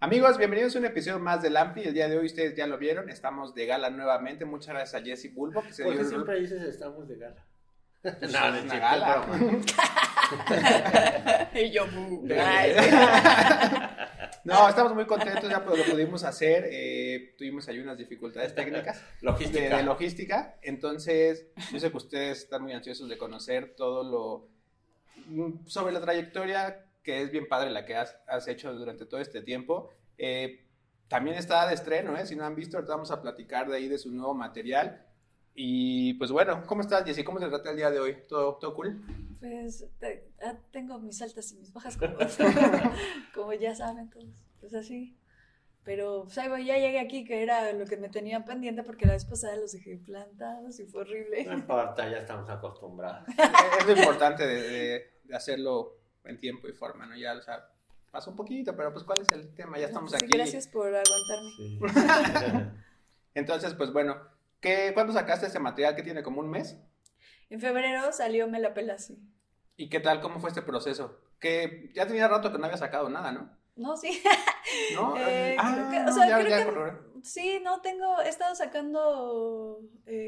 Amigos, bienvenidos a un episodio más del AMPI. El día de hoy ustedes ya lo vieron, estamos de gala nuevamente. Muchas gracias a Jesse Bulbo. Que se ¿Por qué dio siempre dices estamos de gala? No, es una gala. Y yo, No, estamos muy contentos, ya lo pudimos hacer. Tuvimos ahí unas dificultades técnicas de logística. Entonces, yo sé que ustedes están muy ansiosos de conocer todo lo sobre la trayectoria, que es bien padre la que has hecho durante todo este tiempo. También está de estreno, si no han visto, ahorita vamos a platicar de ahí de su nuevo material. Y pues bueno, ¿cómo estás, Jessy? ¿Cómo te trata el día de hoy? ¿Todo cool? Pues tengo mis altas y mis bajas, como ya saben todos, pues así. Pero pues ahí voy, ya llegué aquí, que era lo que me tenía pendiente, porque la vez pasada los dejé plantados y fue horrible. No importa, ya estamos acostumbrados. Es lo importante de hacerlo en tiempo y forma, ¿no? Ya, o sea, pasa un poquito, pero pues ¿cuál es el tema? Ya estamos Sí, aquí. gracias por aguantarme. Sí. Entonces, pues bueno, ¿cuándo sacaste ese material que tiene como un mes? En febrero salió Me la pela, sí. ¿Y qué tal? ¿Cómo fue este proceso? Que ya tenía rato que no había sacado nada, ¿no? No, sí. ¿No? Creo que sí, no he estado sacando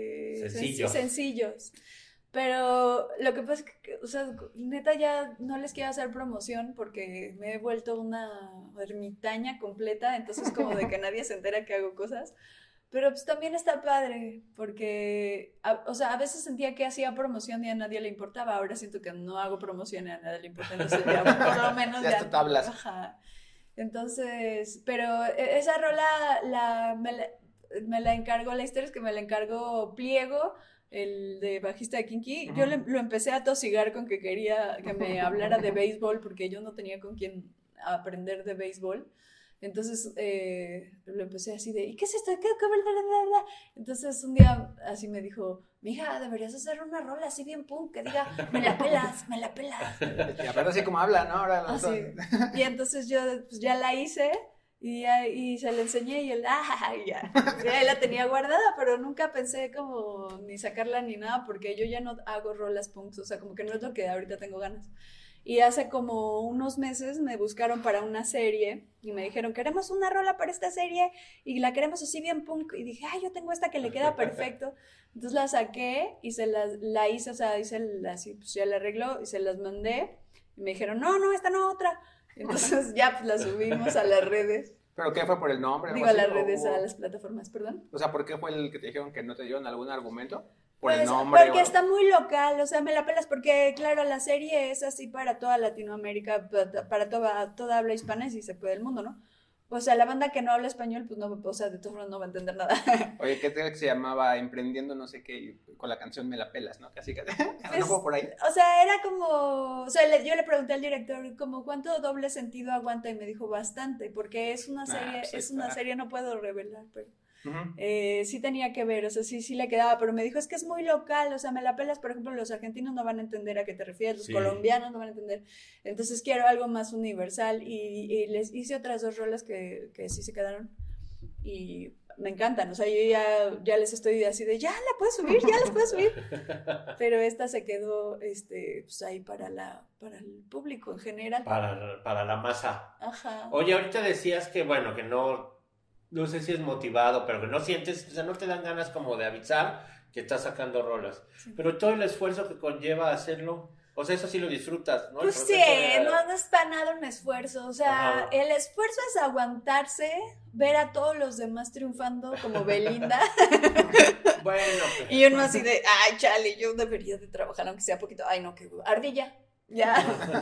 sencillos. Pero lo que pasa es que, o sea, neta ya no les quiero hacer promoción porque me he vuelto una ermitaña completa, entonces como de que nadie se entera que hago cosas. Pero pues también está padre, porque, o sea, a veces sentía que hacía promoción y a nadie le importaba, ahora siento que no hago promoción y a nadie le importa, entonces ya por lo menos ya tablas. Ajá. Entonces, pero esa rola me la encargó, la historia es que me la encargó Pliego, el de bajista de Kinky. Yo lo empecé a tosigar con que quería que me hablara de béisbol, porque yo no tenía con quién aprender de béisbol. Entonces lo empecé así de, ¿y qué es esto? ¿Qué? Entonces un día así me dijo, mija, deberías hacer una rola así bien punk, que diga, me la pelas. Y aparte así como habla, ¿no? Ahora así. Y entonces yo pues, ya la hice y se la enseñé y él, ya la tenía guardada, pero nunca pensé como ni sacarla ni nada, porque yo ya no hago rolas punks, o sea, como que no es lo que ahorita tengo ganas. Y hace como unos meses me buscaron para una serie y me dijeron, queremos una rola para esta serie y la queremos así bien punk. Y dije, yo tengo esta que le queda perfecto. Entonces la saqué y la hice, o sea, así, pues ya la arregló y se las mandé. Y me dijeron, no, esta no, otra. Entonces ya pues la subimos a las redes. ¿Pero qué fue por el nombre? Digo, a las redes, a las plataformas, perdón. O sea, ¿por qué fue el que te dijeron que no te dieron algún argumento? ¿Por pues, el nombre? Porque está muy local, o sea, me la pelas porque, claro, la serie es así para toda Latinoamérica, para toda habla hispana y si se puede el mundo, ¿no? O sea, la banda que no habla español, pues no, o sea, de todas formas no va a entender nada. Oye, ¿qué tal que se llamaba Emprendiendo no sé qué, con la canción Me la pelas, ¿no? Casi, pues, ¿no fue por ahí? O sea, era como, o sea, yo le pregunté al director, como, ¿cuánto doble sentido aguanta? Y me dijo, bastante, porque es una serie, serie, no puedo revelar, pero... sí tenía que ver, o sea, sí le quedaba, pero me dijo, es que es muy local, o sea, me la pelas, por ejemplo, los argentinos no van a entender a qué te refieres, los colombianos no van a entender, entonces quiero algo más universal y les hice otras dos rolas que sí se quedaron y me encantan, o sea, yo ya les estoy así de, ya las puedo subir, pero esta se quedó, pues ahí para el público en general. Para la masa. Ajá. Oye, ahorita decías que, bueno, que no sé si es motivado, pero que no sientes, o sea, no te dan ganas como de avisar que estás sacando rolas. Sí. Pero todo el esfuerzo que conlleva hacerlo, o sea, eso sí lo disfrutas, ¿no? Pues sí, no es para nada un esfuerzo, o sea, el esfuerzo es aguantarse, ver a todos los demás triunfando como Belinda. Bueno. Pues. Y uno así de, ay, chale, yo debería de trabajar aunque sea poquito, ay no, qué ardilla. Ya.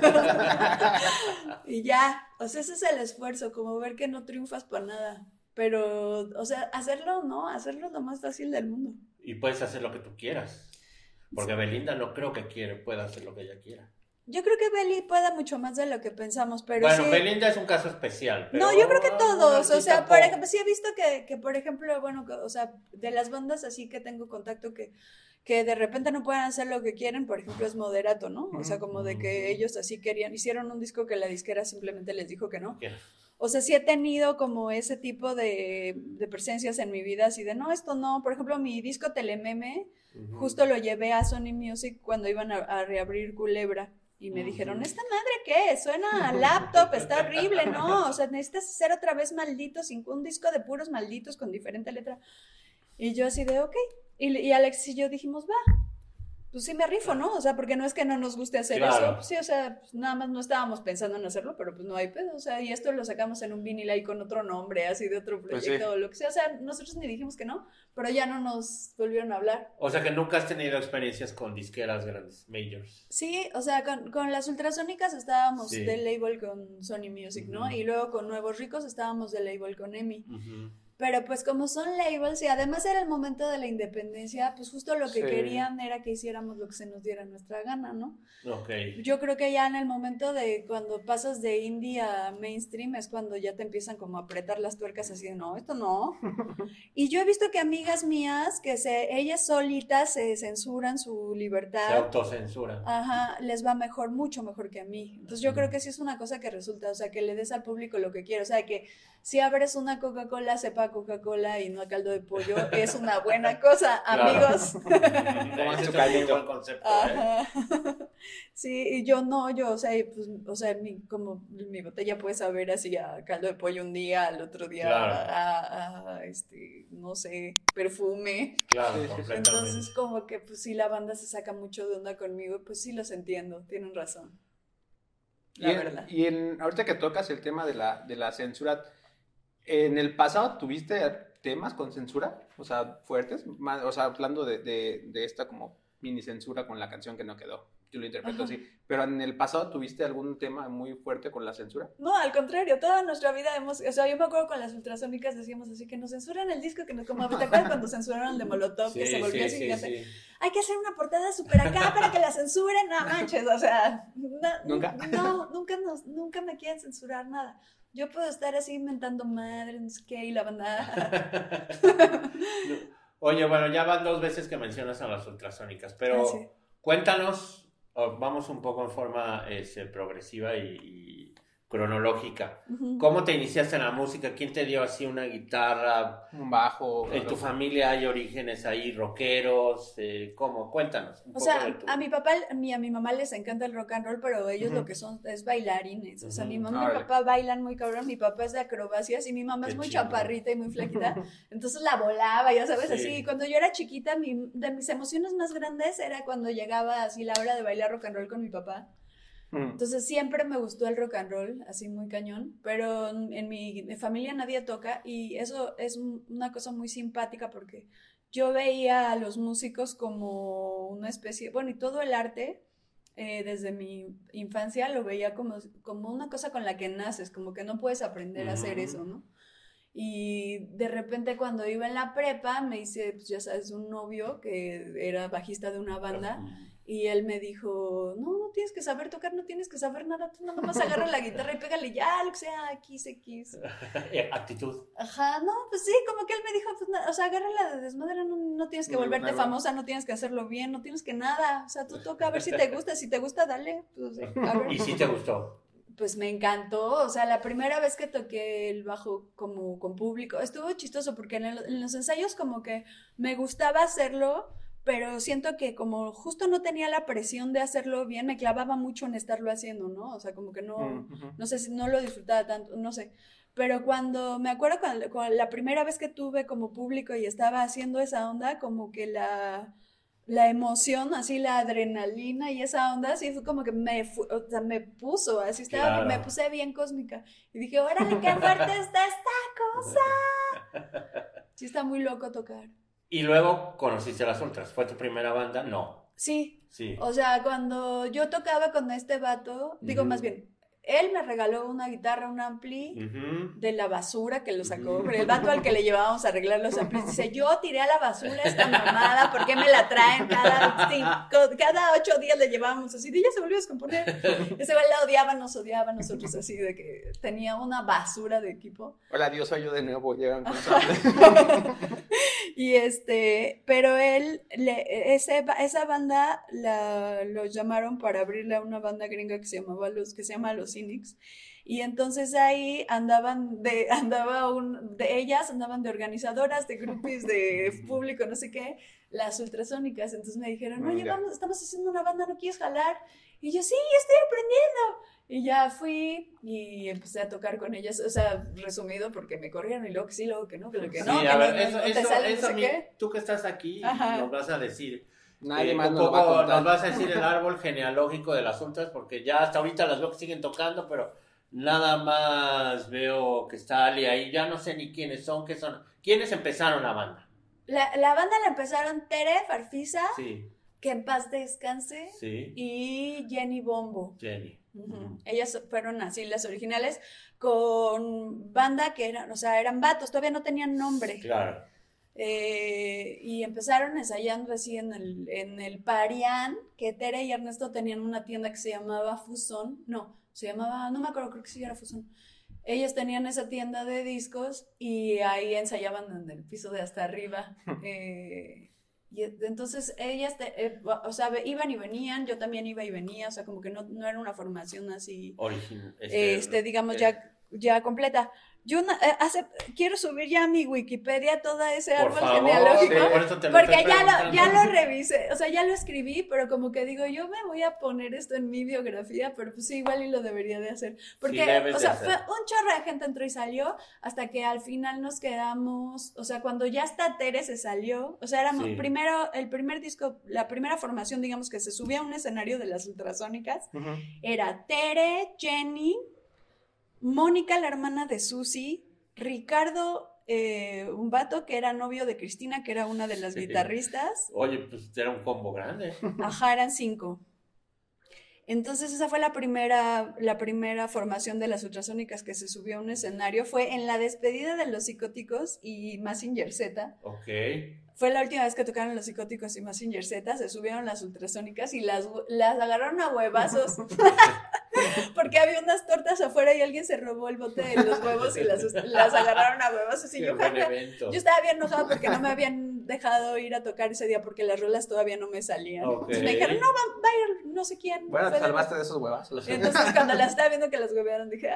Y ya, o sea, ese es el esfuerzo, como ver que no triunfas para nada. Pero, o sea, hacerlo es lo más fácil del mundo. Y puedes hacer lo que tú quieras. Porque Belinda no creo que pueda hacer lo que ella quiera. Yo creo que Beli puede mucho más de lo que pensamos, pero bueno, sí... Belinda es un caso especial. Pero no, yo creo que todos, o sea, por ejemplo, sí he visto que, por ejemplo, bueno, o sea, de las bandas así que tengo contacto que de repente no pueden hacer lo que quieren, por ejemplo, es Moderato, ¿no? O sea, como de que ellos así querían, hicieron un disco que la disquera simplemente les dijo que no. O sea, sí he tenido como ese tipo de presencias en mi vida, así de, no, esto no, por ejemplo, mi disco Telememe, justo lo llevé a Sony Music cuando iban a reabrir Culebra. Y me dijeron, ¿esta madre qué? Suena a laptop, está horrible, ¿no? O sea, necesitas hacer otra vez malditos, un disco de puros malditos con diferente letra. Y yo así de, ok. Y Alex y yo dijimos, va, pues sí me rifo, ¿no? O sea, porque no es que no nos guste hacer eso. Pues sí, o sea, pues nada más no estábamos pensando en hacerlo, pero pues no hay pedo. O sea, y esto lo sacamos en un vinil ahí con otro nombre, así de otro proyecto o lo que sea. O sea, nosotros ni dijimos que no, pero ya no nos volvieron a hablar. O sea, que nunca has tenido experiencias con disqueras grandes, majors. Sí, o sea, con las ultrasónicas estábamos de label con Sony Music, ¿no? Y luego con Nuevos Ricos estábamos de label con EMI. Pero pues como son labels y además era el momento de la independencia, pues justo lo que querían era que hiciéramos lo que se nos diera nuestra gana, ¿no? Okay. Yo creo que ya en el momento de cuando pasas de indie a mainstream es cuando ya te empiezan como a apretar las tuercas así de no, esto no. Y yo he visto que amigas mías que ellas solitas se censuran su libertad. Se autocensuran. Ajá, les va mejor, mucho mejor que a mí. Entonces yo creo que sí es una cosa que resulta, o sea, que le des al público lo que quiere, o sea, que si abres una Coca-Cola, sepa Coca-Cola y no a caldo de pollo, es una buena cosa, amigos. Ese es un buen concepto, Sí, y yo no, o sea, pues, o sea, como mi botella puede saber así a caldo de pollo un día, al otro día a no sé, perfume. Claro, completamente. Entonces como que pues sí la banda se saca mucho de onda conmigo, pues sí los entiendo, tienen razón. La verdad. Y ahorita que tocas el tema de la censura, ¿en el pasado tuviste temas con censura? O sea, fuertes, o sea, hablando de esta como mini censura con la canción que no quedó. Yo lo interpreto así. Pero ¿en el pasado tuviste algún tema muy fuerte con la censura? No, al contrario, toda nuestra vida o sea, yo me acuerdo con las ultrasónicas decíamos así, que nos censuran el disco, que nos, como, ¿te acuerdas cuando censuraron el de Molotov, que se volvió así gigante? Hay que hacer una portada súper acá para que la censuren, no manches, o sea, ¿Nunca? No, nunca me quieren censurar nada. Yo puedo estar así inventando madre, no sé qué, y la banda... Oye, bueno, ya van 2 veces que mencionas a las ultrasónicas, pero cuéntanos, vamos un poco en forma progresiva y cronológica. ¿Cómo te iniciaste en la música? ¿Quién te dio así una guitarra? Un bajo. ¿En tu familia hay orígenes ahí rockeros? ¿Cómo? Cuéntanos. O sea, a mi papá y a mi mamá les encanta el rock and roll, pero ellos lo que son es bailarines. O sea, mi mamá y mi papá bailan muy cabrón. Mi papá es de acrobacias y mi mamá es muy chaparrita y muy flaquita. Entonces la volaba, ya sabes, así. Y cuando yo era chiquita, de mis emociones más grandes era cuando llegaba así la hora de bailar rock and roll con mi papá. Entonces siempre me gustó el rock and roll, así muy cañón, pero en mi familia nadie toca y eso es una cosa muy simpática porque yo veía a los músicos como una especie, bueno, y todo el arte desde mi infancia lo veía como una cosa con la que naces, como que no puedes aprender a hacer eso, ¿no? Y de repente cuando iba en la prepa me hice, pues ya sabes, un novio que era bajista de una banda. Y él me dijo, no tienes que saber tocar, no tienes que saber nada, tú nada más agarra la guitarra y pégale ya, lo que sea, X. Actitud. Ajá, no, pues sí, como que él me dijo, pues, o sea, agárrala de desmadre, no tienes que volverte famosa, no tienes que hacerlo bien, no tienes que nada, o sea, tú toca a ver si te gusta, dale. Pues, a ver. ¿Y si te gustó? Pues me encantó, o sea, la primera vez que toqué el bajo como con público, estuvo chistoso porque en los ensayos como que me gustaba hacerlo, pero siento que como justo no tenía la presión de hacerlo bien, me clavaba mucho en estarlo haciendo, ¿no? O sea, como que no sé si no lo disfrutaba tanto, no sé. Pero me acuerdo cuando la primera vez que tuve como público y estaba haciendo esa onda, como que la emoción, así la adrenalina y esa onda, así fue como que me puso, así estaba, me puse bien cósmica. Y dije, órale, qué fuerte está esta cosa. Sí, está muy loco tocar. Y luego conociste a las ultras. ¿Fue tu primera banda? No. Sí. O sea, cuando yo tocaba con este vato, digo más bien, él me regaló una guitarra, un ampli de la basura que lo sacó. Pero el vato al que le llevábamos a arreglar los amplis dice, yo tiré a la basura esta mamada, ¿por qué me la traen? Cada 8 días le llevábamos así, y ya se volvió a descomponer. Ese güey la odiaba, nos odiaba a nosotros así, de que tenía una basura de equipo. Hola, Dios, soy yo de nuevo, llegan con Y pero él, esa banda los llamaron para abrirle a una banda gringa que se llama Los Cynics, y entonces ahí ellas andaban de organizadoras, de groupies, de público, no sé qué, las Ultrasónicas. Entonces me dijeron, oye, estamos haciendo una banda, ¿no quieres jalar? Y yo, sí, estoy aprendiendo. Y ya fui y empecé a tocar con ellas, o sea, resumido, porque me corrieron y luego que sí, luego que no, que lo que no. Sí, a ver, eso a mí, tú que estás aquí, nos vas a decir. Nadie más nos va a contar. Nos vas a decir el árbol genealógico de las ultras, porque ya hasta ahorita las veo que siguen tocando, pero nada más veo que está Ali ahí, ya no sé ni quiénes son, qué son. ¿Quiénes empezaron la banda? La banda la empezaron Tere Farfisa, sí. que en paz descanse, sí. y Jenny Bombo. Jenny. Ellas fueron así las originales, con banda que eran, o sea, eran vatos, todavía no tenían nombre. Claro. Y empezaron ensayando así en el Parián, que Tere y Ernesto tenían una tienda que se llamaba Fusón, no me acuerdo, creo que sí era Fusón. Ellos tenían esa tienda de discos y ahí ensayaban en el piso de hasta arriba. Y entonces ellas, o sea, iban y venían, yo también iba y venía, o sea, como que no era una formación así, digamos, ya completa. Yo quiero subir ya a mi Wikipedia todo ese árbol genealógico, porque ya lo revisé, o sea, ya lo escribí, pero como que digo, yo me voy a poner esto en mi biografía, pero pues sí, igual y lo debería de hacer, porque, o sea, fue un chorro de gente entró y salió, hasta que al final nos quedamos, o sea, cuando ya hasta Tere se salió, o sea, éramos primero, el primer disco, la primera formación, digamos, que se subía a un escenario de las Ultrasónicas, era Tere, Jenny, Mónica, la hermana de Susi, Ricardo, un vato que era novio de Cristina, que era una de las guitarristas. Oye, pues era un combo grande. Ajá, eran 5. Entonces esa fue la primera formación de las Ultrasónicas que se subió a un escenario. Fue en la despedida de Los Psicóticos y Mazinger Z. Ok. Fue la última vez que tocaron Los Psicóticos y Mazinger Z, se subieron las Ultrasónicas y las agarraron a huevazos. Porque había unas tortas afuera y alguien se robó el bote de los huevos y las agarraron a huevazos. Y yo estaba bien enojada porque no me habían dejado ir a tocar ese día porque las rolas todavía no me salían. Entonces me dijeron, no, va a ir no sé quién. Bueno, te salvaste de esos huevazos. Entonces cuando las estaba viendo que las huevearon dije,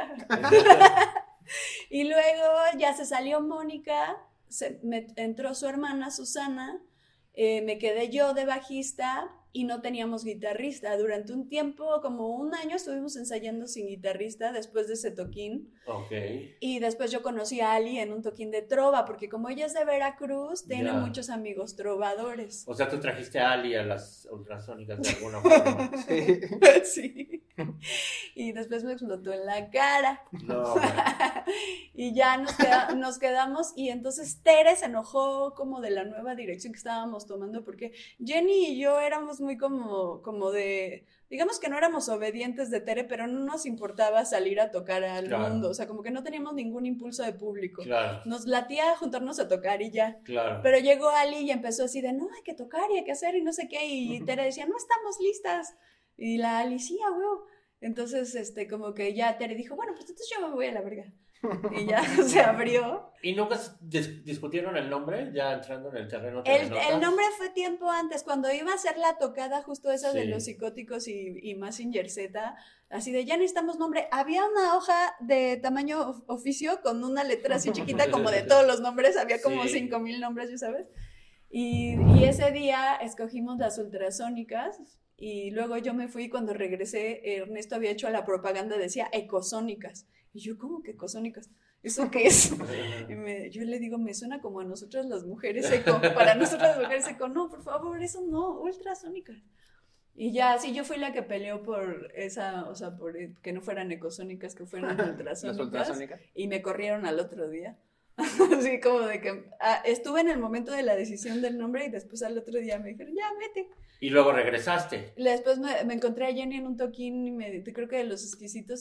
Y luego ya se salió Mónica, entró su hermana Susana, me quedé yo de bajista y no teníamos guitarrista. Durante un tiempo, como un año, estuvimos ensayando sin guitarrista después de ese toquín. Okay. Y después yo conocí a Ali en un toquín de trova, porque como ella es de Veracruz, tiene muchos amigos trovadores. O sea, tú trajiste a Ali a las Ultrasónicas de alguna forma. Sí. Y después me explotó en la cara. No, y ya nos quedamos, y entonces Tere se enojó como de la nueva dirección que estábamos tomando, porque Jenny y yo éramos muy como de, digamos que no éramos obedientes de Tere, pero no nos importaba salir a tocar al mundo, o sea, como que no teníamos ningún impulso de público. Claro. Nos latía juntarnos a tocar y ya. Claro. Pero llegó Ali y empezó así de, no, hay que tocar y hay que hacer y no sé qué, y Tere decía, no estamos listas. Y la Ali, sí, a huevo. Entonces, como que ya Tere dijo, bueno, pues entonces yo me voy a la verga. Y ya se abrió. ¿Y nunca discutieron el nombre? Ya entrando en el terreno. El nombre fue tiempo antes, cuando iba a hacer la tocada justo esa de Los Psicóticos y Mazinger Z, así de ya necesitamos nombre. Había una hoja de tamaño oficio con una letra así chiquita como de todos los nombres, había como 5,000 nombres, ya sabes. Y ese día escogimos las Ultrasónicas. Y luego yo me fui, cuando regresé, Ernesto había hecho la propaganda, decía Ecosónicas. Y yo, ¿cómo que Ecosónicas? ¿Eso qué es? Yo le digo, me suena como a nosotras las mujeres eco. Para nosotras las mujeres eco. No, por favor, eso no, Ultrasónicas. Y ya, sí, yo fui la que peleó por esa, o sea, por que no fueran Ecosónicas, que fueran Ultrasónicas. Y me corrieron al otro día. Así como de que estuve en el momento de la decisión del nombre y después al otro día me dijeron, ya, vete. Y luego regresaste. Después me encontré a Jenny en un toquín y creo que de Los Exquisitos,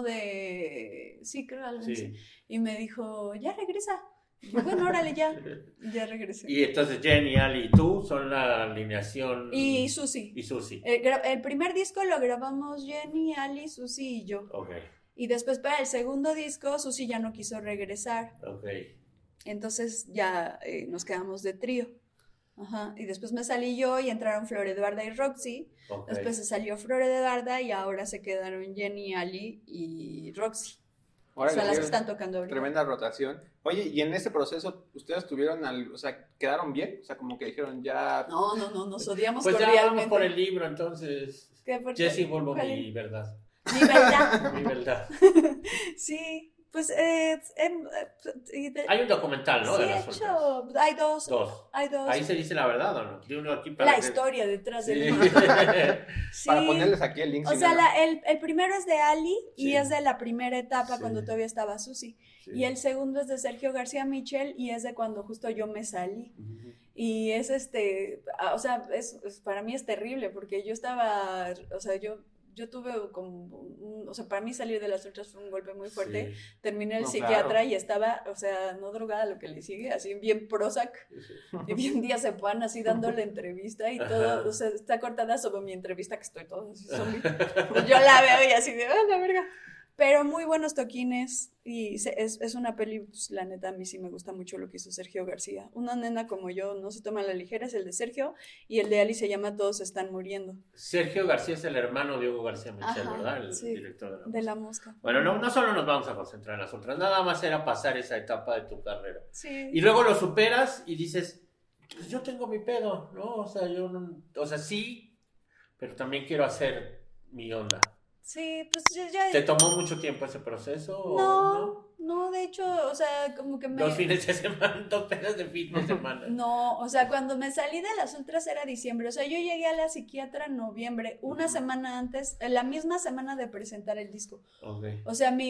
creo algo así. Y me dijo, ya regresa. Y yo, bueno, órale, ya regresé. Y entonces Jenny, Ali y tú son la alineación. Y Susi. El primer disco lo grabamos Jenny, Ali, Susi y yo. Okay. Y después para el segundo disco, Susi ya no quiso regresar. Okay. Entonces ya nos quedamos de trío. Ajá. Y después me salí yo y entraron Flor Eduarda y Roxy. Okay. Después se salió Flor Eduarda y ahora se quedaron Jenny, Ali y Roxy. Órale, son las que están tocando ahorita. Tremenda rotación. Oye, y en ese proceso, ¿ustedes tuvieron o sea, quedaron bien? O sea, como que dijeron ya... No, nos odiamos pues cordialmente. ya vamos por el libro, entonces. Jessy, vuelvo mi verdad. Mi verdad. Mi verdad. Sí, pues... Hay un documental, ¿no? Sí, de las hecho, hay dos. Ahí se dice la verdad, ¿o no? De uno aquí para historia detrás del libro. Sí. Para ponerles aquí el link. O sea, el primero es de Ali y es de la primera etapa cuando todavía estaba Susi. Sí. Y el segundo es de Sergio García Michel y es de cuando justo yo me salí. Uh-huh. Y es o sea, para mí es terrible porque yo estaba, o sea, yo tuve como, o sea, para mí salir de las ultras fue un golpe muy fuerte. Sí. Terminé el psiquiatra y estaba, o sea, no drogada, lo que le sigue, así bien Prozac, y bien diazepam, así dándole entrevista y todo, o sea, está cortada sobre mi entrevista que estoy todo así zombie. Pues yo la veo y así de, la verga. Pero muy buenos toquines y es una peli, pues, la neta a mí sí me gusta mucho lo que hizo Sergio García. Una nena como yo no se toma a la ligera, es el de Sergio, y el de Ali se llama Todos están muriendo. Sergio García es el hermano de Hugo García Michel, ¿verdad? El director de La Mosca. Bueno, no solo nos vamos a concentrar en las otras, nada más era pasar esa etapa de tu carrera. Sí. Y luego lo superas y dices, pues yo tengo mi pedo, ¿no? O sea, yo no, o sea, sí, pero también quiero hacer mi onda. Sí, pues ya... ¿Te tomó mucho tiempo ese proceso? No, de hecho, o sea, como que me... 2 fines de semana, 2 pedas de fin de semana. No, o sea, cuando me salí de las ultras era diciembre, o sea, yo llegué a la psiquiatra en noviembre, una semana antes, la misma semana de presentar el disco. Okay. O sea,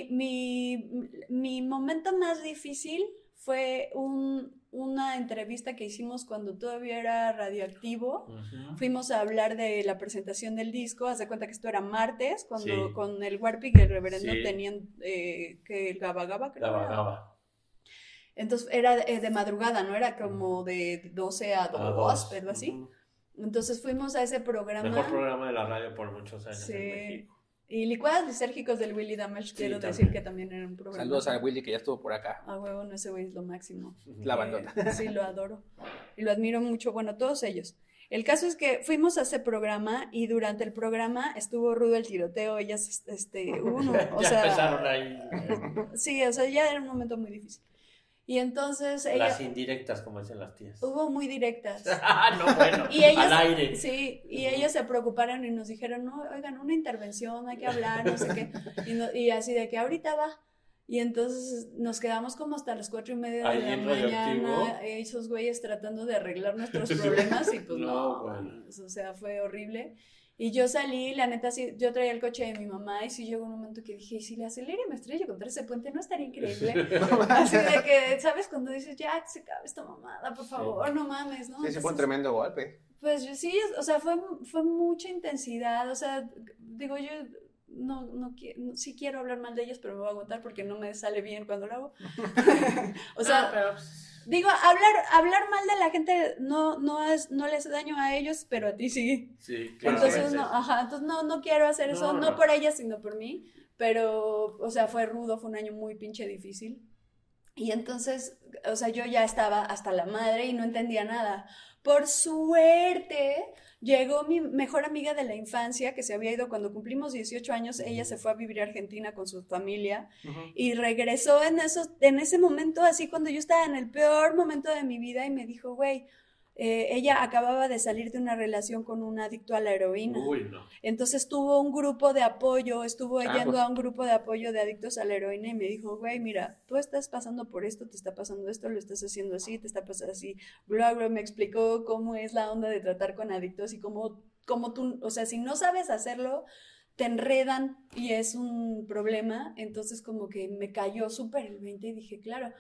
mi momento más difícil fue una entrevista que hicimos cuando todavía era Radioactivo. Uh-huh. Fuimos a hablar de la presentación del disco. Haz de cuenta que esto era martes, cuando con el Warpig y el reverendo tenían que el Gaba Gaba, creo. Gaba. Entonces era de madrugada, ¿no? Era como de 12 a 2, pero así. Uh-huh. Entonces fuimos a ese programa. Mejor programa de la radio por muchos años en México. Y Licuadas Lisérgicos del Willy Damage, quiero decir que también era un programa. Saludos a Willy, que ya estuvo por acá. Ah, huevo, no, ese güey es lo máximo. La bandota. Sí, lo adoro. Y lo admiro mucho, bueno, todos ellos. El caso es que fuimos a ese programa y durante el programa estuvo rudo el tiroteo, ellas, uno, o sea... empezaron ahí. Sí, o sea, ya era un momento muy difícil. Y entonces las indirectas, como dicen las tías. Hubo muy directas. No, bueno, y ellas, al aire. Sí, y ellas se preocuparon y nos dijeron, no, oigan, una intervención, hay que hablar, no sé qué. Y así de que ahorita va. Y entonces nos quedamos como hasta las 4:30 de la mañana, esos güeyes tratando de arreglar nuestros problemas y pues no, bueno. O sea, fue horrible. Y yo salí, la neta, sí, yo traía el coche de mi mamá y sí llegó un momento que dije, si le acelero y me estrello contra ese puente, ¿no estaría increíble? Así de que, ¿sabes? Cuando dices, ya, se acaba esta mamada, por favor, no mames, ¿no? Sí, sí fue un tremendo golpe. Pues sí, o sea, fue mucha intensidad, o sea, digo, yo sí quiero hablar mal de ellos, pero me voy a aguantar porque no me sale bien cuando lo hago. O sea... pero... Digo, hablar mal de la gente no les hace daño a ellos, pero a ti sí. Sí, claro. Entonces, no quiero hacer eso, no por ellas, sino por mí. Pero, o sea, fue rudo, fue un año muy pinche difícil. Y entonces, o sea, yo ya estaba hasta la madre y no entendía nada. Por suerte, llegó mi mejor amiga de la infancia, que se había ido cuando cumplimos 18 años, ella se fue a vivir a Argentina con su familia y regresó en ese momento, así cuando yo estaba en el peor momento de mi vida y me dijo, güey, ella acababa de salir de una relación con un adicto a la heroína. Uy, no. Entonces tuvo un grupo de apoyo, estuvo yendo a un grupo de apoyo de adictos a la heroína y me dijo, güey, mira, tú estás pasando por esto, te está pasando esto, lo estás haciendo así, te está pasando así. Luego me explicó cómo es la onda de tratar con adictos y cómo tú, o sea, si no sabes hacerlo, te enredan y es un problema. Entonces como que me cayó súper el 20 y dije, claro.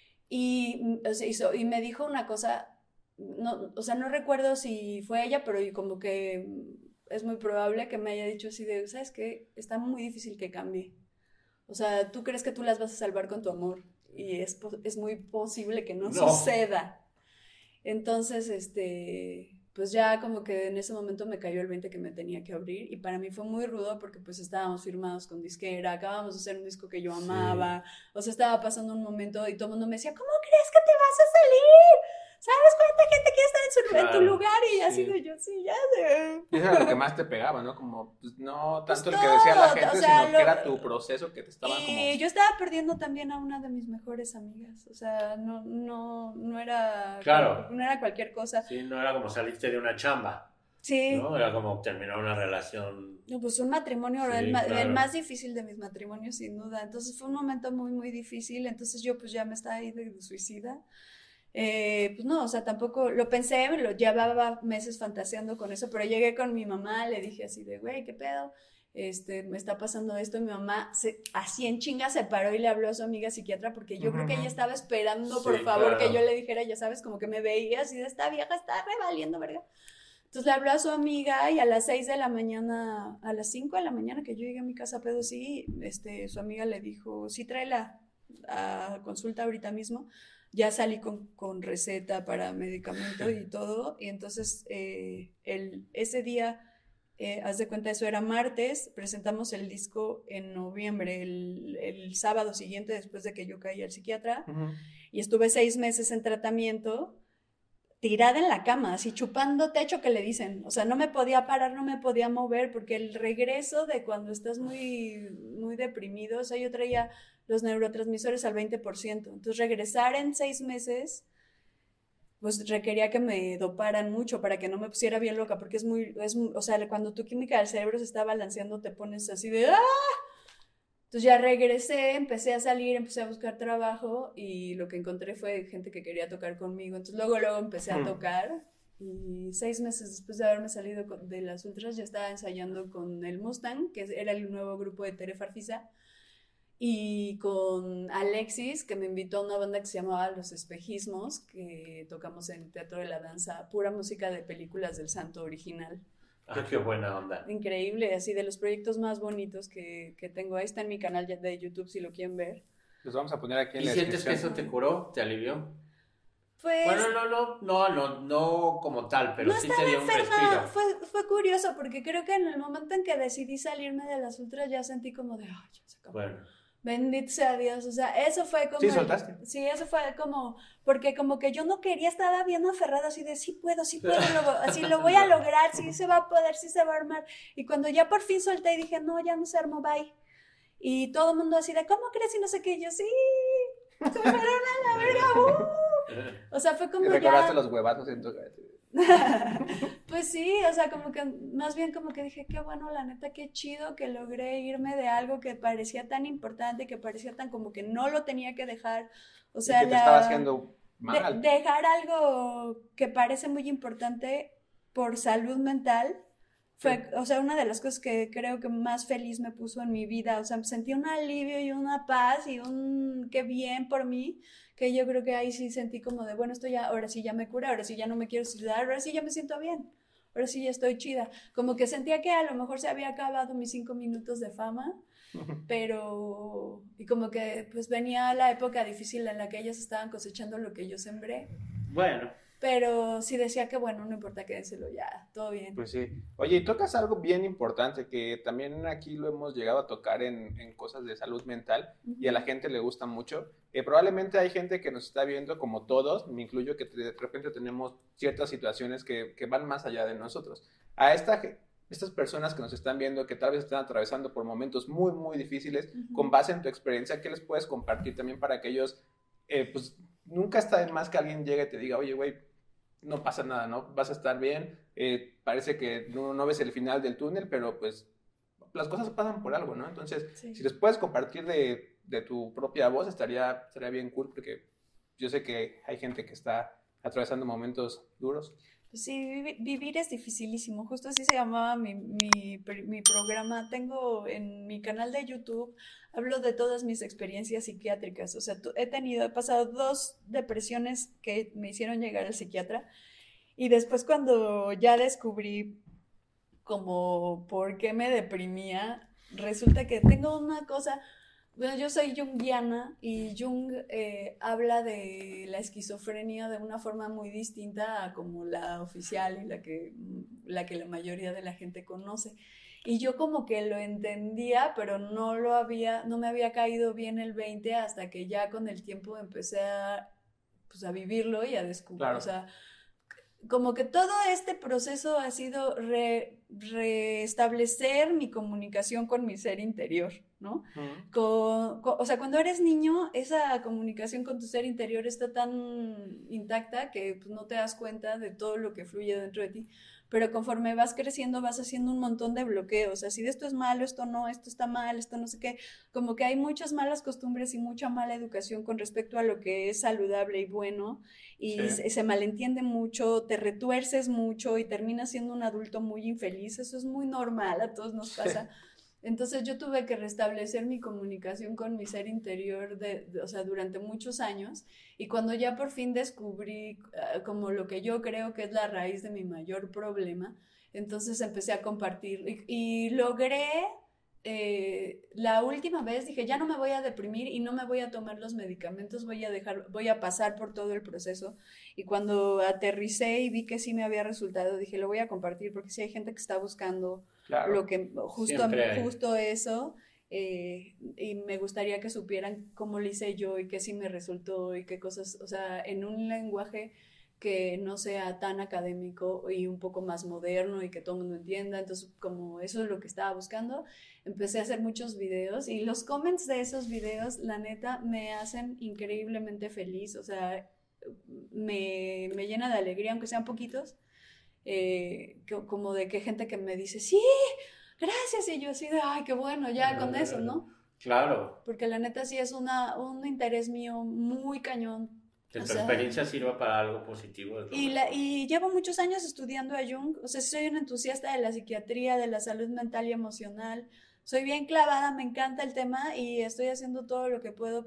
Y me dijo una cosa... No, o sea, no recuerdo si fue ella, pero como que es muy probable que me haya dicho así de, ¿sabes qué? Está muy difícil que cambie. O sea, tú crees que tú las vas a salvar con tu amor y es muy posible que no suceda. Entonces, pues ya como que en ese momento me cayó el 20 que me tenía que abrir y para mí fue muy rudo porque pues estábamos firmados con disquera, acabábamos de hacer un disco que yo amaba, o sea, estaba pasando un momento y todo el mundo me decía, ¿cómo crees que te vas a salir? ¿sabes cuánta gente quiere estar en tu lugar? Y así de yo, sí, ya sé. Y eso era lo que más te pegaba, ¿no? Como, pues no tanto el que decía la gente, sino que era tu proceso que te estaban como... Y yo estaba perdiendo también a una de mis mejores amigas, o sea, no era... Claro. No era cualquier cosa. Sí, no era como saliste de una chamba. Sí. ¿No? Era como terminar una relación. No, pues un matrimonio, sí, el claro. más difícil de mis matrimonios, sin duda. Entonces fue un momento muy, muy difícil. Entonces yo pues ya me estaba ahí de suicida. Pues no, o sea, tampoco lo pensé, lo llevaba meses fantaseando con eso, pero llegué con mi mamá, le dije así de, güey, ¿qué pedo? Me está pasando esto. Y mi mamá así en chinga se paró y le habló a su amiga psiquiatra porque yo creo que ella estaba esperando, por favor, que yo le dijera, ya sabes, como que me veía así de, esta vieja está revaliendo, ¿verdad? Entonces le habló a su amiga y a las 6 de la mañana, a las 5 de la mañana que yo llegué a mi casa, pedo, sí, su amiga le dijo, sí, tráela a consulta ahorita mismo. Ya salí con receta para medicamento y todo. Y entonces ese día, haz de cuenta, eso era martes, presentamos el disco en noviembre, el sábado siguiente después de que yo caí al psiquiatra. Y estuve 6 meses en tratamiento, tirada en la cama, así chupando techo que le dicen, o sea, no me podía parar, no me podía mover, porque el regreso de cuando estás muy, muy deprimido, o sea, yo traía los neurotransmisores al 20%, entonces regresar en 6 meses, pues requería que me doparan mucho para que no me pusiera bien loca, porque o sea, cuando tu química del cerebro se está balanceando, te pones así de ¡ah! Entonces ya regresé, empecé a salir, empecé a buscar trabajo y lo que encontré fue gente que quería tocar conmigo. Entonces luego empecé a tocar y 6 meses después de haberme salido de las ultras ya estaba ensayando con el Mustang, que era el nuevo grupo de Tere Farfisa, y con Alexis, que me invitó a una banda que se llamaba Los Espejismos, que tocamos en Teatro de la Danza, pura música de películas del Santo original. Ah, qué buena onda. Increíble, así de los proyectos más bonitos que tengo. Ahí está en mi canal de YouTube si lo quieren ver. Los vamos a poner aquí en la descripción. ¿Y sientes que eso te curó? ¿Te alivió? Pues... Bueno, no como tal, pero sí te dio un respiro. Fue curioso porque creo que en el momento en que decidí salirme de las ultras ya sentí como de, ya se acabó. Bueno. Bendito sea Dios, o sea, eso fue como... Sí, soltaste. Sí, eso fue como, porque como que yo no quería, estaba bien aferrada así de, sí puedo, así lo voy a lograr, sí se va a poder, sí se va a armar. Y cuando ya por fin solté y dije, no, ya no se armó, bye. Y todo el mundo así de, ¿cómo crees? Y no sé qué, y yo, sí, se fueron a la verga, O sea, fue como ¿Y recordaste los huevazos en tu... Pues sí, o sea, como que más bien como que dije, qué bueno, la neta, qué chido que logré irme de algo que parecía tan importante, que parecía tan como que no lo tenía que dejar, o sea, que te estaba haciendo mal. Dejar algo que parece muy importante por salud mental fue, o sea, una de las cosas que creo que más feliz me puso en mi vida, o sea, sentí un alivio y una paz y qué bien por mí, que yo creo que ahí sí sentí como de, bueno, esto ya, ahora sí ya me cura, ahora sí ya no me quiero suicidar, ahora sí ya me siento bien, ahora sí ya estoy chida. Como que sentía que a lo mejor se había acabado mis 5 minutos de fama, pero, y como que pues venía la época difícil en la que ellas estaban cosechando lo que yo sembré. Bueno. Pero sí decía que bueno, no importa, quédenselo ya, todo bien. Pues sí. Oye, y tocas algo bien importante que también aquí lo hemos llegado a tocar en cosas de salud mental y a la gente le gusta mucho. Probablemente hay gente que nos está viendo, como todos, me incluyo, que de repente tenemos ciertas situaciones que van más allá de nosotros. A estas personas que nos están viendo, que tal vez están atravesando por momentos muy, muy difíciles, con base en tu experiencia, ¿qué les puedes compartir también para que ellos, pues, nunca está de más que alguien llegue y te diga, oye, güey, no pasa nada, ¿no? Vas a estar bien, parece que no ves el final del túnel, pero pues las cosas pasan por algo, ¿no? Entonces, sí, si les puedes compartir de tu propia voz, estaría bien cool, porque yo sé que hay gente que está atravesando momentos duros. Pues sí, vivir es dificilísimo, justo así se llamaba mi programa. Tengo en mi canal de YouTube, hablo de todas mis experiencias psiquiátricas, o sea, he pasado 2 depresiones que me hicieron llegar al psiquiatra, y después cuando ya descubrí como por qué me deprimía, resulta que tengo una cosa... Bueno, yo soy junguiana y Jung habla de la esquizofrenia de una forma muy distinta a como la oficial y la que la mayoría de la gente conoce. Y yo como que lo entendía, pero no me había caído bien el 20 hasta que ya con el tiempo empecé a pues a vivirlo y a descubrir, claro. O sea, como que todo este proceso ha sido restablecer mi comunicación con mi ser interior, ¿no? O sea, cuando eres niño, esa comunicación con tu ser interior está tan intacta que pues, no te das cuenta de todo lo que fluye dentro de ti, pero conforme vas creciendo vas haciendo un montón de bloqueos, así de esto es malo, esto no, esto está mal, esto no sé qué, como que hay muchas malas costumbres y mucha mala educación con respecto a lo que es saludable y bueno, y se malentiende mucho, te retuerces mucho y terminas siendo un adulto muy infeliz, eso es muy normal, a todos nos pasa. Entonces yo tuve que restablecer mi comunicación con mi ser interior o sea, durante muchos años, y cuando ya por fin descubrí como lo que yo creo que es la raíz de mi mayor problema, entonces empecé a compartir y logré, la última vez dije, ya no me voy a deprimir y no me voy a tomar los medicamentos, voy a pasar por todo el proceso, y cuando aterricé y vi que sí me había resultado, dije, lo voy a compartir porque sí hay gente que está buscando lo que justo eso, y me gustaría que supieran cómo lo hice yo y qué sí me resultó y qué cosas, o sea, en un lenguaje que no sea tan académico y un poco más moderno y que todo el mundo entienda. Entonces, como eso es lo que estaba buscando, empecé a hacer muchos videos, y los comments de esos videos, la neta, me hacen increíblemente feliz, o sea, me llena de alegría, aunque sean poquitos. Como de que gente que me dice, sí, gracias, y yo así de, ay, qué bueno, ya con eso, ¿no? Claro. Porque la neta sí es un interés mío muy cañón. Que tu experiencia sirva para algo positivo. Y llevo muchos años estudiando a Jung, o sea, soy una entusiasta de la psiquiatría, de la salud mental y emocional, soy bien clavada, me encanta el tema, y estoy haciendo todo lo que puedo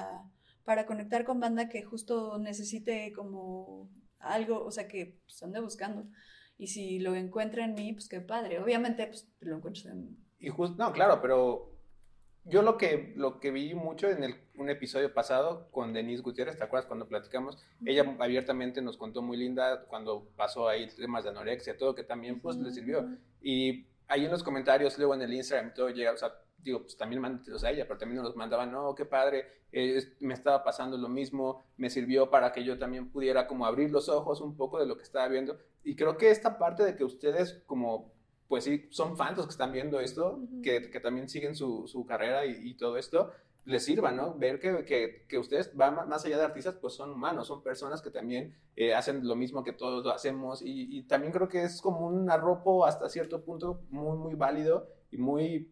para conectar con banda que justo necesite como algo, o sea, que pues, ande buscando, y si lo encuentra en mí, pues qué padre, obviamente pues lo encuentras en mí. Y no, claro, pero yo lo que vi mucho en un episodio pasado con Denise Gutiérrez, ¿te acuerdas cuando platicamos? Ella abiertamente nos contó, muy linda, cuando pasó ahí temas de anorexia, todo, que también pues le sirvió, y ahí en los comentarios, luego en el Instagram, todo llega, o sea, digo, pues también mándetelos a ella, pero también nos los mandaban, no, qué padre, me estaba pasando lo mismo, me sirvió para que yo también pudiera como abrir los ojos un poco de lo que estaba viendo, y creo que esta parte de que ustedes como, pues sí, son fans los que están viendo esto, que también siguen su carrera y todo esto, les sirva, ¿no? Ver que ustedes van más allá de artistas, pues son humanos, son personas que también hacen lo mismo que todos lo hacemos, y también creo que es como un arropo hasta cierto punto muy, muy válido y muy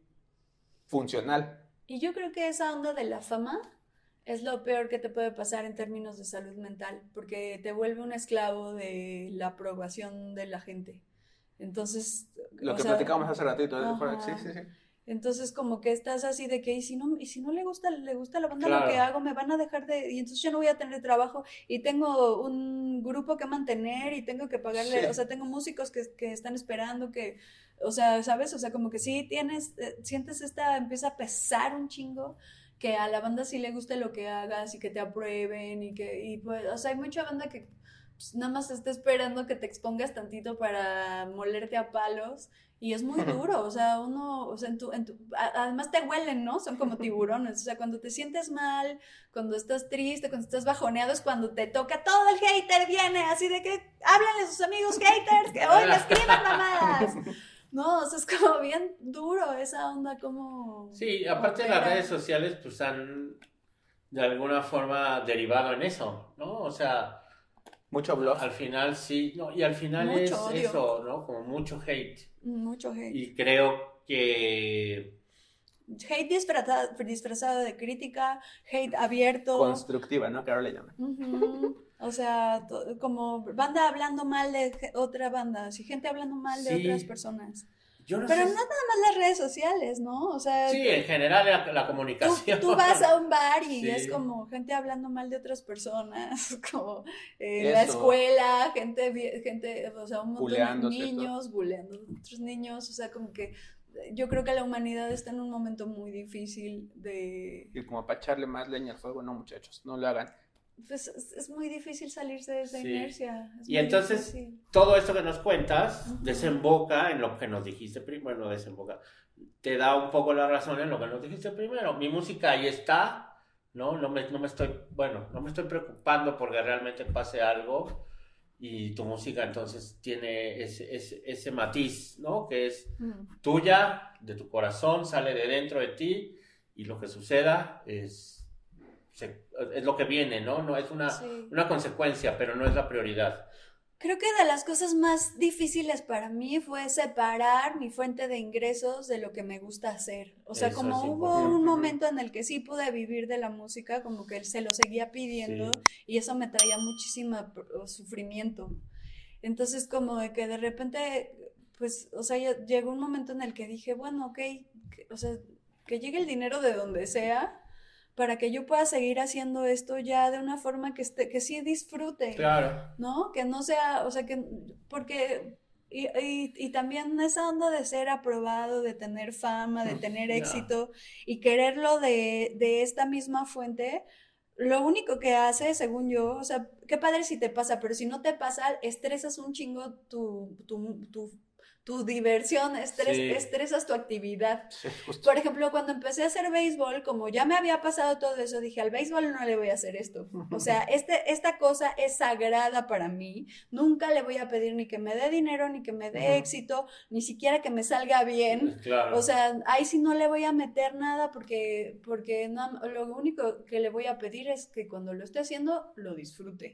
funcional. Y yo creo que esa onda de la fama es lo peor que te puede pasar en términos de salud mental, porque te vuelve un esclavo de la aprobación de la gente. Entonces, lo que platicábamos hace ratito, sí. Entonces como que estás así de que y si no le gusta la banda, claro, lo que hago, me van a dejar y entonces yo no voy a tener trabajo, y tengo un grupo que mantener y tengo que pagarle, o sea, tengo músicos que están esperando que, o sea, ¿sabes? O sea, como que sí sientes empieza a pesar un chingo, que a la banda sí le guste lo que hagas y que te aprueben, y pues, o sea, hay mucha banda que pues, nada más está esperando que te expongas tantito para molerte a palos, y es muy duro, o sea, además te huelen, ¿no? Son como tiburones, o sea, cuando te sientes mal, cuando estás triste, cuando estás bajoneado, es cuando te toca todo el hater, viene así de que háblenle a sus amigos haters, que hoy le escriban mamadas. No, o sea, es como bien duro esa onda, como... Sí, aparte las redes sociales, pues han de alguna forma derivado en eso, ¿no? O sea... Mucho blog. Al final sí, no, y al final mucho es odio. Eso, ¿no? Como mucho hate. Mucho hate. Y creo que... Hate disfrazado de crítica, hate abierto. Constructiva, ¿no? Que ahora le llaman. O sea, como banda hablando mal de otra banda, así, gente hablando mal de otras personas. Pero no nada más las redes sociales, ¿no? O sea, sí, en general la comunicación. Tú vas a un bar y es como gente hablando mal de otras personas, como en la escuela, gente, o sea, un montón de niños buleando a otros niños, o sea, como que yo creo que la humanidad está en un momento muy difícil de... Y como para echarle más leña al fuego, no, muchachos, no lo hagan. Pues es muy difícil salirse de esa inercia. Y entonces, todo esto que nos cuentas desemboca en lo que nos dijiste primero, te da un poco la razón en lo que nos dijiste primero. Mi música ahí está, no me estoy preocupando porque realmente pase algo, y tu música entonces tiene ese matiz, ¿no? Que es tuya, de tu corazón, sale de dentro de ti, y lo que suceda es lo que viene, ¿no? No es una consecuencia, pero no es la prioridad. Creo que de las cosas más difíciles para mí fue separar mi fuente de ingresos de lo que me gusta hacer. O sea, como hubo un momento en el que sí pude vivir de la música, como que se lo seguía pidiendo, y eso me traía muchísimo sufrimiento. Entonces, como de que de repente, pues, o sea, llegó un momento en el que dije, bueno, ok, o sea, que llegue el dinero de donde sea, para que yo pueda seguir haciendo esto ya de una forma que sí disfrute, claro, ¿no? Que no sea, o sea, que, porque, y también esa onda de ser aprobado, de tener fama, de tener éxito, y quererlo de esta misma fuente, lo único que hace, según yo, o sea, qué padre si te pasa, pero si no te pasa, estresas un chingo tu diversión, estresas tu actividad. Sí, por ejemplo, cuando empecé a hacer béisbol, como ya me había pasado todo eso, dije, al béisbol no le voy a hacer esto. O sea, esta cosa es sagrada para mí. Nunca le voy a pedir ni que me dé dinero, ni que me dé éxito, ni siquiera que me salga bien. Claro. O sea, ahí sí no le voy a meter nada porque no, lo único que le voy a pedir es que cuando lo esté haciendo, lo disfrute.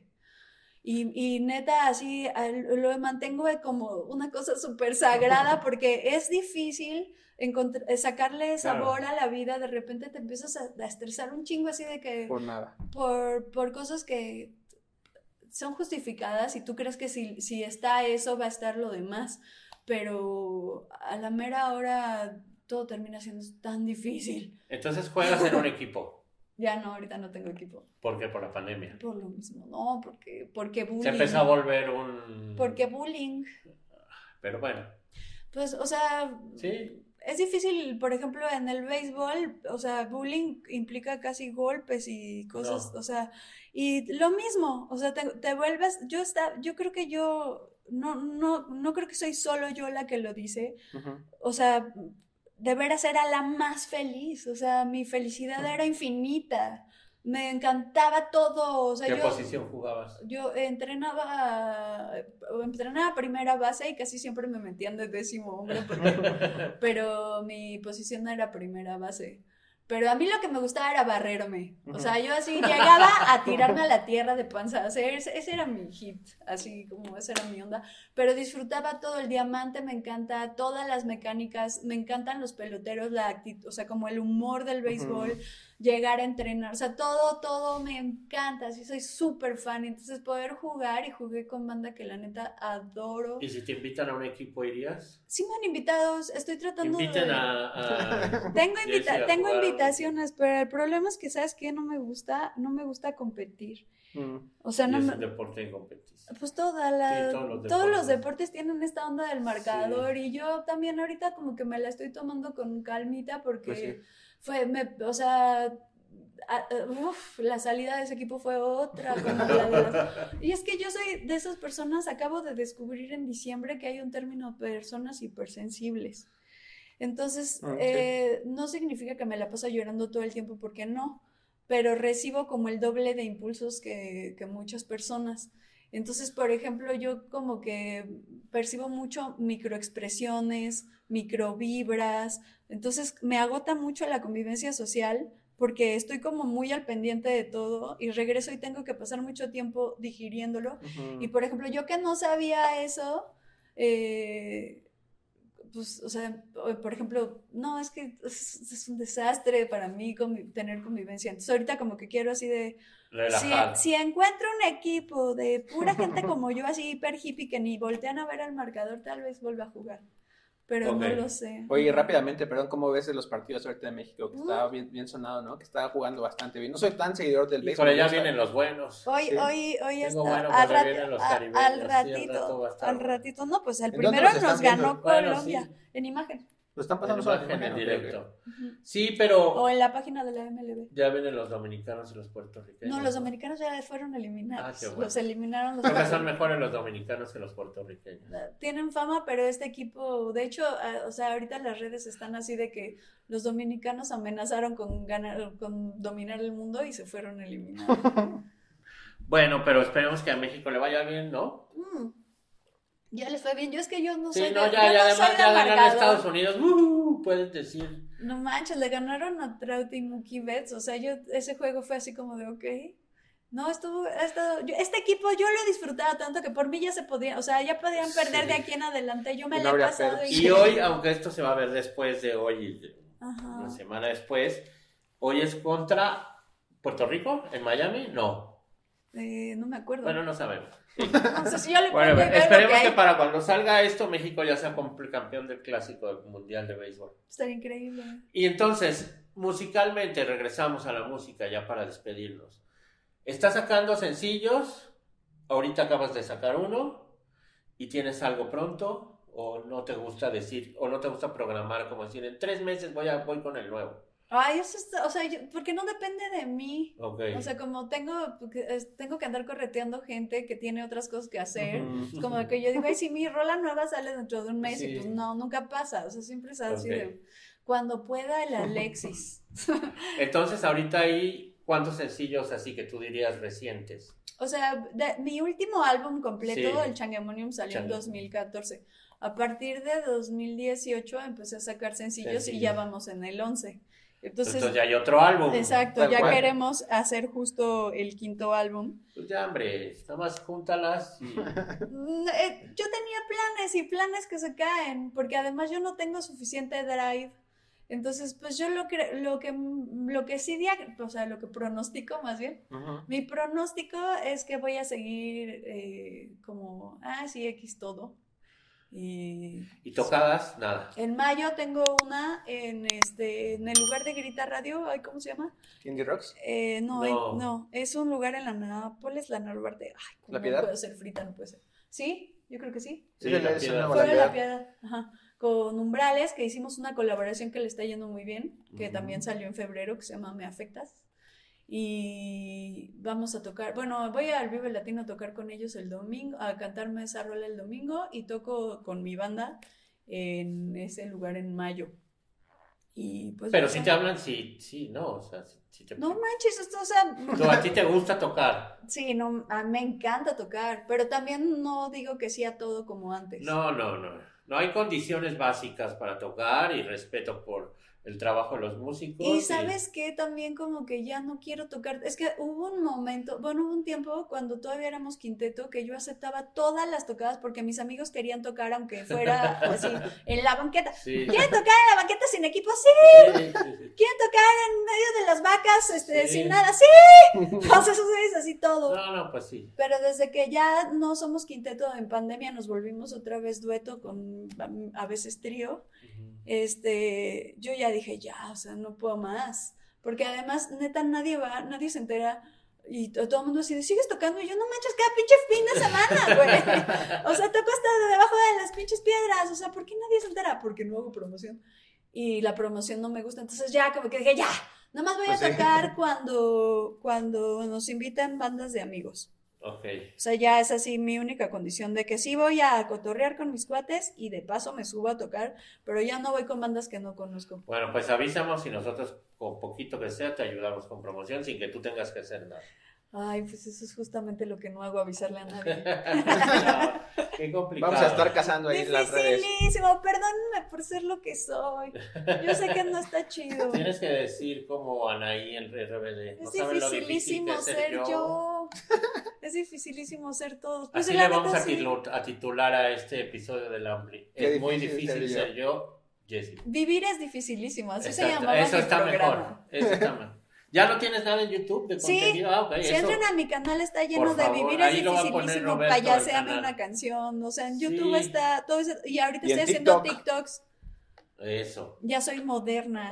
Y neta, así lo mantengo como una cosa súper sagrada porque es difícil sacarle sabor a la vida. De repente te empiezas a estresar un chingo así de que... Por nada. Por cosas que son justificadas y tú crees que si está eso va a estar lo demás. Pero a la mera hora todo termina siendo tan difícil. Entonces juegas en un equipo. Ya no, ahorita no tengo equipo. ¿Por qué? Por la pandemia. Por lo mismo, no, porque bullying. Se empezó a volver un... Porque bullying. Pero bueno. Pues, o sea... Sí. Es difícil, por ejemplo, en el béisbol, o sea, bullying implica casi golpes y cosas, o sea, y lo mismo, o sea, te vuelves, yo creo que yo, no creo que soy solo yo la que lo dice, o sea... De veras era la más feliz, o sea, mi felicidad era infinita, me encantaba todo, o sea, ¿Qué posición jugabas? Yo entrenaba primera base y casi siempre me metían de décimo hombre, pero mi posición era primera base. Pero a mí lo que me gustaba era barrerme. O sea, yo así llegaba a tirarme a la tierra de panza. O sea, ese era mi hit, así como esa era mi onda. Pero disfrutaba todo, el diamante me encanta, todas las mecánicas, me encantan los peloteros, la actitud, o sea, como el humor del béisbol, llegar a entrenar, o sea, todo me encanta, así soy súper fan. Entonces poder jugar, y jugué con banda que la neta adoro. ¿Y si te invitan a un equipo irías? Sí me han invitado, estoy tratando Inviten Tengo invitaciones, pero el problema es que, ¿sabes qué? No me gusta competir. O sea, no es un deporte de competición. Pues todos los deportes tienen esta onda del marcador, y yo también ahorita como que me la estoy tomando con calmita porque o sea, la salida de ese equipo fue otra. Y es que yo soy de esas personas, acabo de descubrir en diciembre que hay un término, personas hipersensibles. Entonces, no significa que me la paso llorando todo el tiempo, porque no, pero recibo como el doble de impulsos que muchas personas. Entonces, por ejemplo, yo como que percibo mucho microexpresiones, microvibras, entonces me agota mucho la convivencia social porque estoy como muy al pendiente de todo y regreso y tengo que pasar mucho tiempo digiriéndolo. Y por ejemplo, yo que no sabía eso, pues, o sea, por ejemplo, no, es que es un desastre para mí tener convivencia. Entonces ahorita como que quiero así de... Si encuentro un equipo de pura gente como yo, así hiper hippie, que ni voltean a ver al marcador, tal vez vuelva a jugar. Pero no lo sé. Oye, rápidamente, perdón, ¿cómo ves los partidos ahorita de México? Que estaba bien sonado, ¿no? Que estaba jugando bastante bien. No soy tan seguidor del béisbol. Pero ya vienen los buenos. Hoy está. Al ratito. No, pues el primero nos ganó Colombia. En imagen. Lo están pasando solo en directo. Sí, pero... O en la página de la MLB. Ya vienen los dominicanos y los puertorriqueños. No, los dominicanos ya fueron eliminados. Qué bueno. Los eliminaron los Creo que son mejores los dominicanos que los puertorriqueños. Tienen fama, pero este equipo, de hecho, o sea, ahorita las redes están así de que los dominicanos amenazaron con dominar el mundo y se fueron eliminados. Bueno, pero esperemos que a México le vaya bien, ¿no? Ya les fue bien. Yo es que yo no sí, soy no, ya además ya ganaron a Estados Unidos. Puedes decir. No manches, le ganaron a Trout y Mookie Betts. O sea, ese juego fue así como de ok. No, este equipo yo lo he disfrutado tanto que por mí ya se podía, o sea, ya podían perder de aquí en adelante. Yo me la he pasado. Y hoy, aunque esto se va a ver después de hoy, una semana después, hoy es contra Puerto Rico, en Miami, no. No me acuerdo. Bueno, no sabemos. No sé si yo le bueno, esperemos que para cuando salga esto, México ya sea campeón del clásico del mundial de béisbol. Estaría increíble. Y entonces, musicalmente, regresamos a la música ya para despedirnos. ¿Estás sacando sencillos? Ahorita acabas de sacar uno y tienes algo pronto, o no te gusta decir, o no te gusta programar, como decir, en 3 meses voy con el nuevo. Ay, eso está, o sea, porque no depende de mí. Okay. O sea, como tengo que andar correteando gente que tiene otras cosas que hacer. Es como que yo digo, ay, si mi rola nueva sale dentro de un mes, y pues no, nunca pasa. O sea, siempre es así de cuando pueda el Alexis. Entonces, ahorita hay ¿cuántos sencillos así que tú dirías recientes? O sea, mi último álbum completo, el Changemonium, salió en 2014. A partir de 2018 empecé a sacar sencillos y ya vamos en el 11. Entonces ya hay otro álbum. Exacto, ya queremos hacer justo el 5º álbum. Pues ya, hombre, nada más júntalas. Yo tenía planes que se caen, porque además yo no tengo suficiente drive. Entonces, pues yo lo que sí, o sea, lo que pronostico más bien, mi pronóstico es que voy a seguir como, X todo. ¿Y tocadas? Nada. En mayo tengo una en el lugar de Grita Radio, ¿cómo se llama? ¿Indie Rocks? No, es un lugar en la Nápoles, la Narvarte. Ay, ¿cómo ¿La Piedad? No puede ser frita, no puede ser. ¿Sí? Yo creo que sí. Sí, la Piedad. Fue La Piedad, con Umbrales, que hicimos una colaboración que le está yendo muy bien, que también salió en febrero, que se llama Me Afectas. Y vamos a tocar, bueno, voy al Vive Latino a tocar con ellos el domingo, a cantarme esa rola el domingo, y toco con mi banda en ese lugar en mayo. Y pues, pero si te hablan, sí, no, o sea, si te... No manches, esto, o sea... ¿A ti te gusta tocar? Sí, no, me encanta tocar, pero también no digo que sí a todo como antes. No hay condiciones básicas para tocar y respeto por el trabajo de los músicos. Y ¿sabes qué? También como que ya no quiero tocar. Es que hubo un tiempo cuando todavía éramos quinteto que yo aceptaba todas las tocadas porque mis amigos querían tocar aunque fuera así en la banqueta. Sí. ¿Quieren tocar en la banqueta sin equipo? ¡Sí! ¿Quieren tocar en medio de las vacas sin nada? ¡Sí! Entonces eso es así todo. No, pues sí. Pero desde que ya no somos quinteto en pandemia nos volvimos otra vez dueto con a veces trío. Yo ya dije, o sea, no puedo más, porque además, neta, nadie se entera, y todo el mundo así, ¿sigues tocando? Y yo, no manches, cada pinche fin de semana, güey, o sea, toco hasta debajo de las pinches piedras, o sea, ¿por qué nadie se entera? Porque no hago promoción, y la promoción no me gusta, entonces ya, como que dije, nada más voy a tocar cuando nos invitan bandas de amigos. Okay. O sea, ya es así mi única condición de que sí voy a cotorrear con mis cuates y de paso me subo a tocar, pero ya no voy con bandas que no conozco. Bueno, pues avísamos y nosotros con poquito que sea te ayudamos con promoción sin que tú tengas que hacer nada. Ay, pues eso es justamente lo que no hago, avisarle a nadie. No, qué complicado. Vamos a estar cazando ahí en las redes. Dificilísimo, perdónenme por ser lo que soy. Yo sé que no está chido. Tienes que decir como Anaí en RBD. Es dificilísimo ser yo. Es dificilísimo ser todos. Pues así le vamos a titular a este episodio del Ampli. Es muy difícil ser yo, Jessie. Vivir es dificilísimo, así exacto. se llamaba eso mi está programa. Eso está mejor. ¿Ya no tienes nada en YouTube de contenido? Sí, si entran a mi canal está lleno de Vivir es dificilísimo, payaseame una canción, o sea, en YouTube está todo eso, y ahorita estoy haciendo TikToks. Eso. Ya soy moderna.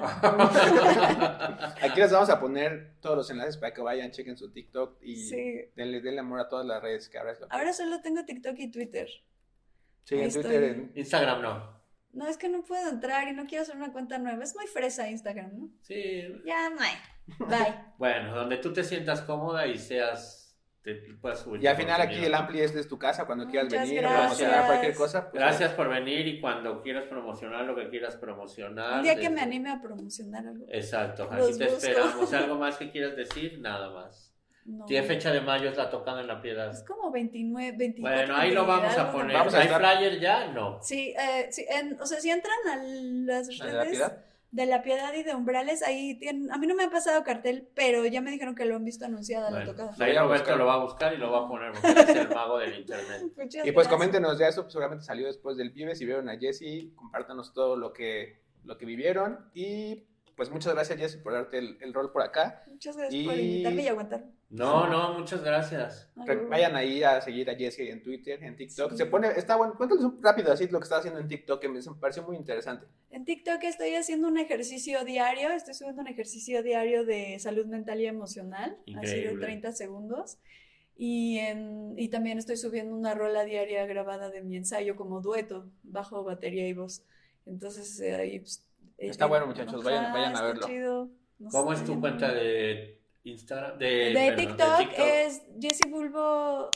Aquí les vamos a poner todos los enlaces para que vayan, chequen su TikTok y denle amor a todas las redes que ahora es lo que... Ahora solo tengo TikTok y Twitter. Sí, en Twitter. Instagram no. no, es que no puedo entrar y no quiero hacer una cuenta nueva. Es muy fresa Instagram, ¿no? Sí. Ya, no hay. Bye. Bueno, donde tú te sientas cómoda y te puedas subir. Y al final aquí el Ampli es tu casa cuando quieras venir, promocionar cualquier cosa. Pues, gracias por venir y cuando quieras promocionar lo que quieras promocionar. Un día que me anime a promocionar algo. Exacto, aquí te esperamos. ¿Algo más que quieras decir? Nada más. No. ¿Qué fecha de mayo es la tocada en La Piedad? Es como 29, 24. Bueno, ahí lo vamos a poner. ¿Hay flyer ya? No. Sí, o sea, si entran a las redes de La Piedad y de Umbrales, ahí tienen, a mí no me ha pasado cartel, pero ya me dijeron que lo han visto anunciada la tocada. Ahí Roberto lo va a buscar y lo va a poner porque es el mago del internet. Y pues coméntenos, ya eso seguramente salió después del Vive, si vieron a Jessie, compártanos todo lo que vivieron y pues muchas gracias Jessie por darte el rol por acá. Muchas gracias por invitarme y aguantarme. No, muchas gracias. Vayan ahí a seguir a Jessie en Twitter, en TikTok. Sí. Está bueno. Cuéntales rápido así lo que estás haciendo en TikTok, que me pareció muy interesante. En TikTok estoy haciendo un ejercicio diario, estoy subiendo un ejercicio diario de salud mental y emocional, increíble. Así de 30 segundos. Y también estoy subiendo una rola diaria grabada de mi ensayo como dueto, bajo, batería y voz. Entonces ahí... Pues, está bueno, muchachos, vayan a verlo. Chido. ¿Cómo es tu cuenta de Instagram? De TikTok es Jessie Bulbo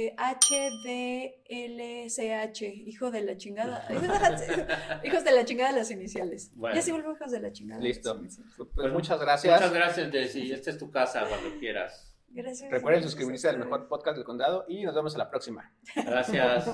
HDLCH, hijo de la chingada. Hijos de la chingada las iniciales. Bueno. Jessie Bulbo, hijos de la chingada. Listo. Pues muchas gracias. Muchas gracias, Jessie. Esta es tu casa cuando quieras. Gracias. Recuerden suscribirse al mejor podcast del condado y nos vemos a la próxima. Gracias.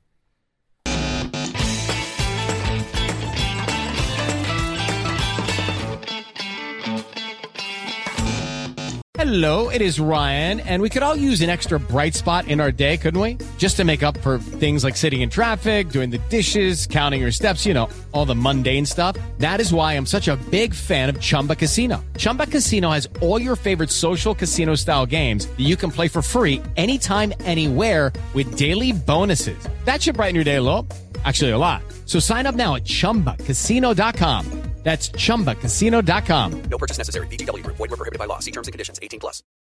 Hello, it is Ryan, and we could all use an extra bright spot in our day, couldn't we? Just to make up for things like sitting in traffic, doing the dishes, counting your steps, you know, all the mundane stuff. That is why I'm such a big fan of Chumba Casino. Chumba Casino has all your favorite social casino-style games that you can play for free anytime, anywhere with daily bonuses. That should brighten your day a little. Actually, a lot. So sign up now at ChumbaCasino.com. That's ChumbaCasino.com. No purchase necessary. VGW Group. Void where prohibited by law. See terms and conditions. 18+.